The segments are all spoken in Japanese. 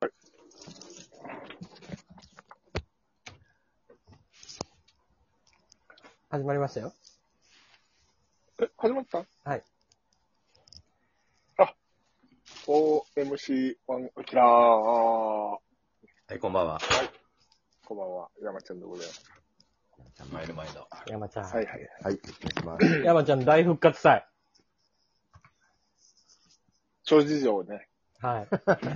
はい。 始まりましたよ。 始まった？ はい。 OMC1 アキラー。 はい、こんばんは。 こんばんは。山ちゃんでございます。 毎度毎度。 山ちゃん。 はいはい。 はい、お願いします。 山ちゃん大復活祭。 諸事情ね。 はい。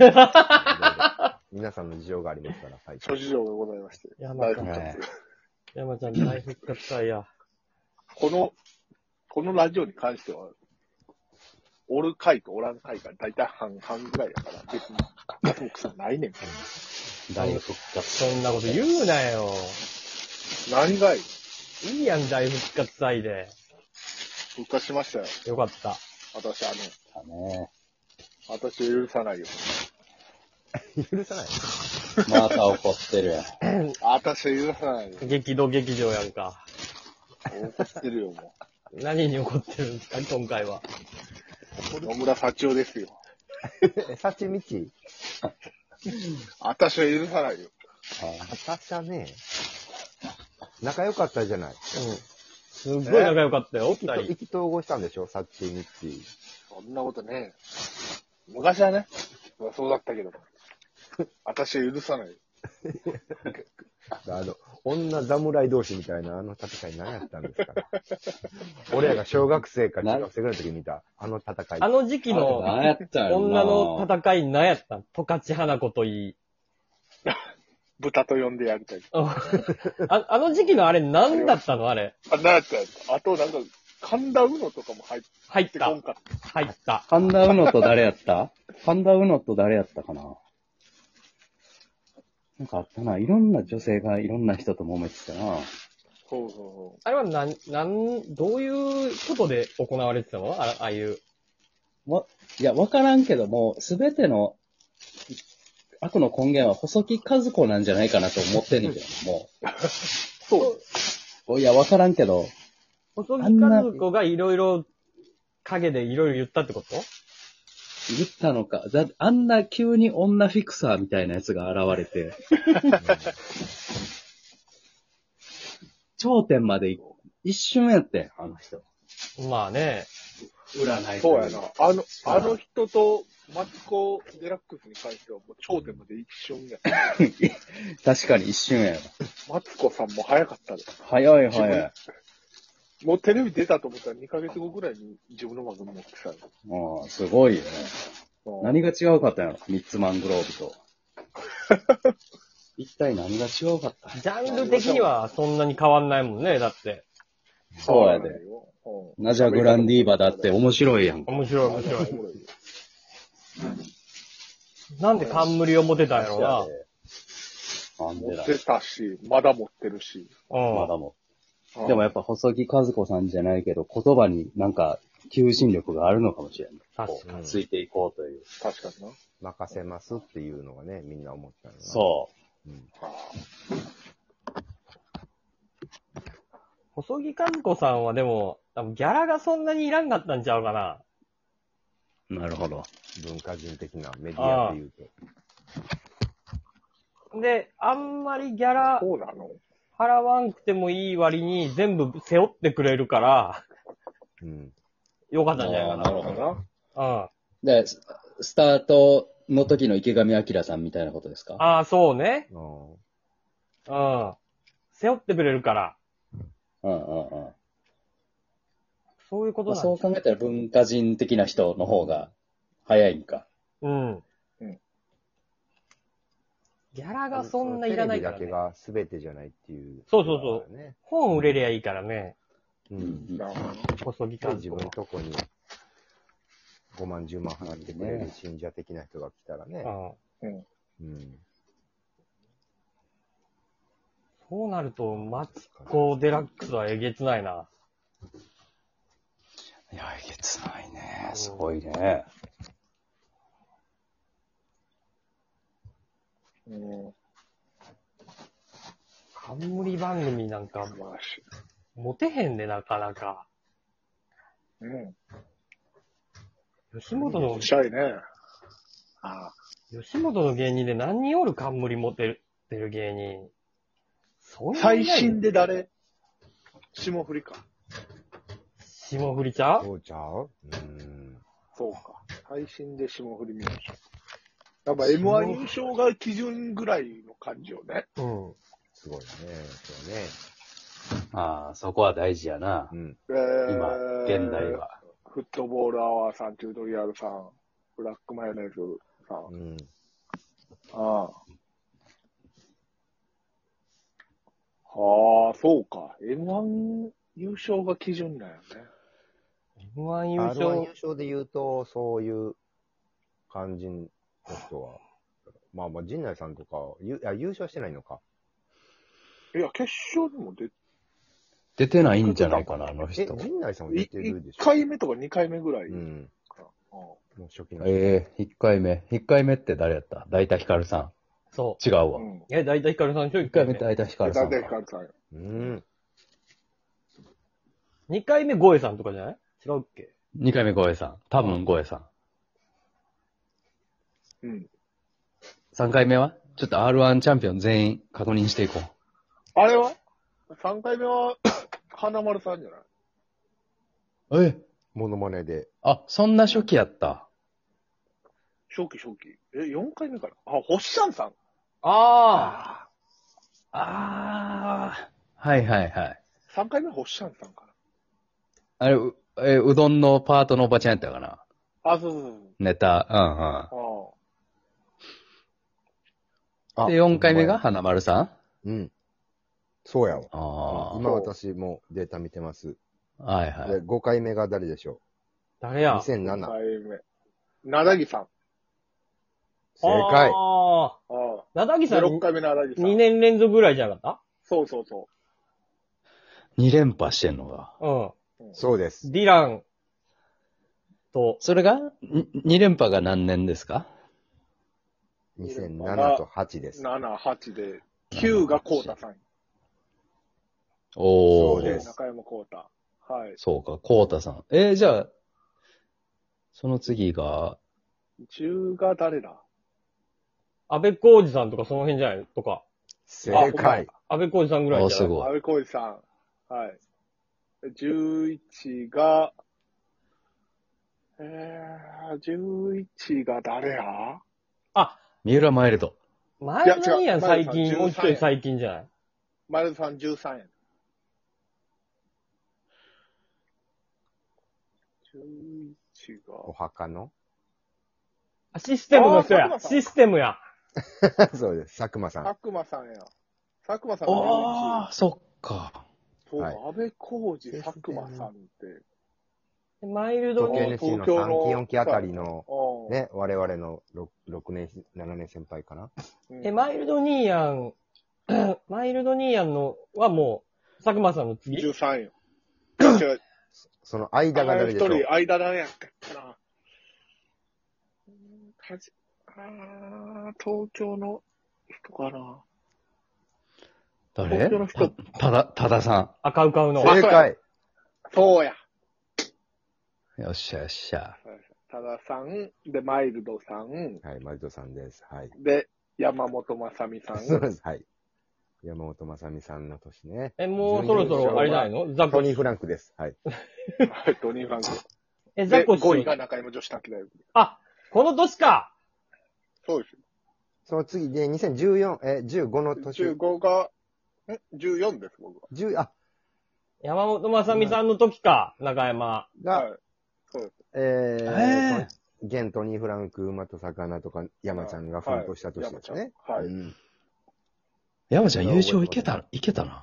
皆さんの事情がありますから、はい。 諸事情がございまして。 山ちゃん大復活。 山ちゃん大復活祭や。 このラジオに関しては、おる回とおらん回が大体半々ぐらいだから、別に、数も草ないねん。 大復活。 そんなこと言うなよ。 何がいい？ いいやん、大復活祭で。 復活しましたよ。 よかった。 私、 だね。 私許さないよ。 許さない。 また怒ってるやん。 私許さないよ。 激怒劇場やんか。 怒ってるよ、も何に怒ってるんですか、今回は。 う。野村幸男ですよ。 サチミチ。 私は許さないよ。 私はね、仲良かったじゃない。 すっごい仲良かったよ、二人。 意気投合したんでしょ、サチミチ。 そんなことね。昔はね、そうだったけど。私は許さないよ。 女侍同士みたいな戦い何やったんですかね。俺らが小学生か中学生ぐらいの時に見た、戦い。 あの時期の何やったんやろな女の戦い何やったん？十勝花子といい。 豚と呼んでやりたい。 あの時期のあれ何だったのあれ。 あ、なんやったやつ。あとなんか、神田うのとかも入入ったってこん。かった。 入った。 神田うのと誰やった神田うのと誰やったかななんかあったな。いろんな女性がいろんな人と揉めてたな。 そうそあれはどういうことで行われてたのああいう。 いや、わからんけども、すべての悪の根源は細木数子なんじゃないかなと思ってんねんけども。 そう。 いや、わからんけど、 細木和子がいろいろ影でいろいろ言ったってこと？ 言ったのか。あんな急に女フィクサーみたいなやつが現れて、頂点まで一瞬やってん、あの人。 まあね。 占い。 そうやな。あの人とマツコ・デラックスに関してはもう頂点まで一瞬や。 確かに一瞬やな。 マツコさんも早かったで。 早い早い。 もうテレビ出たと思ったら2ヶ月後ぐらいに自分の番組持ってたよ。 ああ、すごいよね。何がが違うかったんやろミッツマングローブと。一体何が違うかったんやジャンル的にはそんなに変わんないもんね、だって。 そうやで。ナジャグランディーバだって面白いやん。 面白い面白い。なんで冠を持てたんやろなんでだ。 持ってたし、まだ持ってるし。 うな。 まだも。でもやっぱ細木和子さんじゃないけど、言葉になんか求心力があるのかもしれない。 確かについていこうという。 確かにな。 任せますっていうのがね、みんな思ったの。 そう。 うん。 細木和子さんはでも、多分ギャラがそんなにいらんかったんちゃうかな。 なるほど。 文化人的なメディアで言うと。 で、あんまりギャラそうなの？ 払わんくてもいい割に全部背負ってくれるから、 うん。 よかったんじゃないかなるほどな。 で、スタートの時の池上彰さんみたいなことですか？ ああ、そうね。 あうん。背負ってくれるから。 うんうんうん。 そういうことまあ、 なんそう考えたら文化人的な人の方が早いんか。 うん。 うんギャラがそんないらないから、ね。 テレビだけが全てじゃないっていう。 そうそうそうね。 本売れりゃいいからね。 うん。 なるほど。 細木で自分和子はのとこに5万、10万払ってくれる信者的な人が来たらね。 うん。 うん。 そうなると、マツコ・デラックスはえげつないな。 いや、えげつないね。すごいね。 うん。 冠番組なんか、 素晴らしい。 モテへんで、なかなか。 うん。 吉本のおしゃいね。 あ吉本の芸人で何人おる冠持ってる芸人。そんな最にいない新で誰？霜降りか。 霜降りちゃう？ そうちゃうそうか。最新で霜降り見ましょう。やっぱ M1 優勝が基準ぐらいの感じよね。 うん。 すごいね。そうね。 ああ、そこは大事やな。 うん。 今、現代は。 フットボールアワーさん、チュートリアルさん、ブラックマヨネーズさん。 うん。 ああ。はあ、そうか。M1 優勝が基準だよね。 M1 優 R1 勝優。勝で言うと、そういう感じの人は、まあまあ、陣内さんとか、優勝してないのか。 いや、決勝にも出てないんじゃないかな、あの人。 陣内さんは出てるでし 1 ょ。 回目とか2回目ぐらい。 うん。 かもう初期の。 1回目。1回目って誰やった大田ヒカルさそん。違うわ。 うん。うん。 う。大体ヒカルさんでしょ？ 1回目大田ヒカルさ大体んか。 ヒカルさんよ。 うん。 2回目ゴエさんとかじゃない？違うっけ？ 2回目ゴエさん。多分ゴエさん。 うん。 3回目はちょっと R1 チャンピオン全員確認していこう。 あれは ?3 回目は、花丸さんじゃないモノマネで。 あ、そんな初期やった。 初期。4回目かなあ、ホッシャンさん。 あはいはいはい。 3回目ホッシャンさんかあれ、うどんのパートのおばちゃんやったかななあ、そう。 ネタ。うんあうん。で、4回目が花丸さんうん。そうやわ。 あ今私もデータ見てます。 あ。はいはい。 で、5回目が誰でしょう誰や？ 5 ?2007。 回目。なだぎさん。 正解。 ああ。 あなだぎで、 さん 6回目なだぎさん。 2年連続ぐらいじゃなかっそう。 2連覇してんのが。 た？うん。 そうです。 ディランと、 それが、2連覇が何年ですか 2007と8です。 7、8で、9がコウタさん。 おー。 そうです中山コウタ。はい。 そうか、コウタさん。じゃあ、その次が、 10が誰だ安倍浩二さんとかその辺じゃないとか。 正解。 安倍浩二さんぐらいじゃない？ すごい安倍浩二さん。はい。11が、11が誰や三浦マイルド。 前のいいやん、 いや違う最近、もうちょい最近じゃない？ 丸さん13円。11 おが、 墓のあ、システムの人や。 あー佐久間さんシステムや。 そうです。佐久間さん。 佐久間さんや。佐久間さんが11。 ああ、そっか。 そう、 はい安倍浩二、佐久間さんって。 マイルド時計に、 主の3期4期あたりの、 うんね、我々の 6年、7年先輩かな。 うんマイルドニーヤン、マイルドニーヤンのはもう、佐久間さんの次 13よ。違う。 その間が誰でしょう一人、間誰やったっけな。東京の人かな。 誰東京の人たださ赤うかうの。 正解。 そうや。 ん。よっしゃよっしゃ。 多田さん、で、マイルドさん、 はい、マリトさんです。はい。 で、山本正美さん。 そうです。はい。山本正美さんの年ね。 もうそろそろあれじゃないのザコシ。 トニー・フランクです。はい。 はい、トニー・フランク。 ザで、5位コシ。 が中山女子卓大学。 あ、この年か。 そうですよ。 その次で2014、15の年。 15が、14です、僕は。 10、あ、 山本正美さんの時か、中山。 が、 はい。そうです。 現トニー・フランク、馬と魚とか山ちゃんが奮闘した年ですね。 はい。 うん山ちゃん優勝いけたな。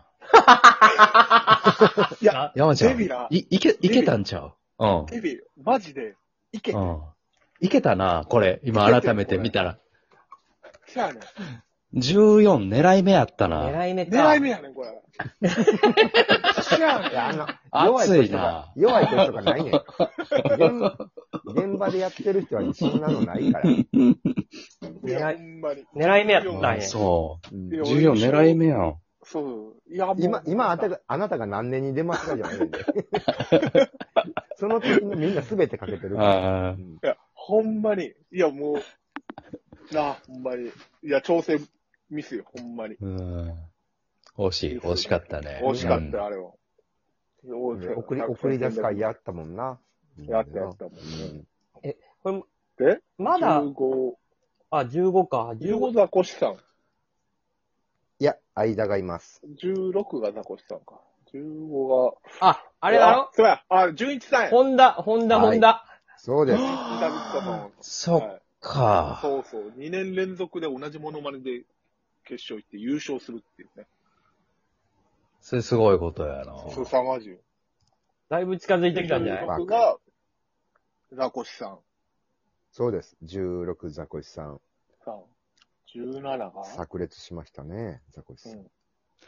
いや、 山ちゃん。 デビラいけたんちゃうデビュー、マジで、いけ。 うん。いけたな、これ。今改めて見たら。 せやねん。 14狙い目やったな。 狙い目か。 狙い目やねん、これ。せやねん。 いや、 熱いな。 弱い人とかないねん。現場でやってる人はそんなのないから。 いや、ほんまに。 狙い目やったんや。 そう。 うんいや 14狙い目やん。 そう。いや、もう今あなたが何年に出ますかじゃないんで。その時にみんな全てかけてるから。 ああ。 うんいや、ほんまに。いや、もう、 なあ、ほんまに。いや、調整ミスよ、ほんまに。 惜しかったね。 惜しかったよ、あれは。 送り出す会やったもんな。 やったもんね。 これ、 でまだ、 15、 15か。 15ザコシさん。 いや、間がいます。 16がザコシさんか。15が。 あれだろそうや。純一さんや。 ホンダ。 そうです。 ダビッドソン。 そっか。 そうそう。2年連続で同じモノマネで決勝行って優勝するっていうね。 それすごいことやな。 すさまじいよ。 だいぶ近づいてきたんじゃない 16がザコシさん。 そうです。16ザコシさん。 17が炸裂しましたね、ザコシさん。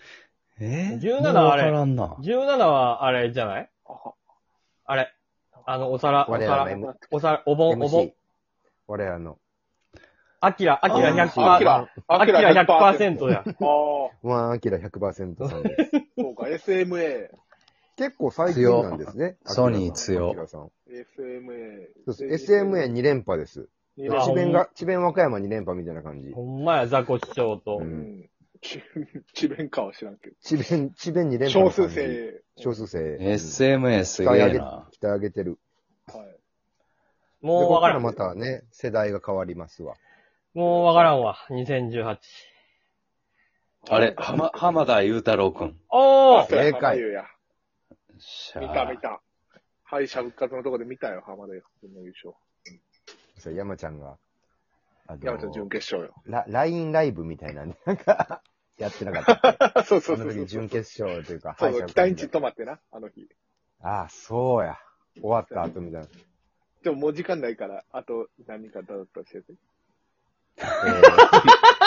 17 もうわからんな。 17はあれじゃないあれ。お皿、 我らの M、 お皿、お盆。 MC。我らの。 アキラ100%。 アキラ 100% や。 ワンアキラ 100% さんです。 そうか、SMA。 結構最近なんですね。 ソニー強アキラさん。 SMA。 そうです。SMA2 連覇です。 あ智弁和歌山2連覇みたいな感じ。 ほんまや、ザコシショウと。 智弁かは知らんけど。 智弁2連覇少の感じ。 数生。 少数生。 SMA すげえな。 鍛え上げてる。 はい。 もうわからん。 またね、世代が変わりますわ。 もうわからんわ。2018。 あれ、浜田雄太郎くん。 おー正解や。見た。敗者復活のとこで見たよ、浜田君の優勝。 それ山ちゃんが、 山ちゃん準決勝よ。 LINE ライブみたいな、なんか、やってなかったっけ。 そうそうあの時準決勝というか、 そうそう、 敗者北インチ泊まってな、あの日。 ああ、そうや。終わった後みたいな。 でももう時間ないから、あと何かだったら教えて。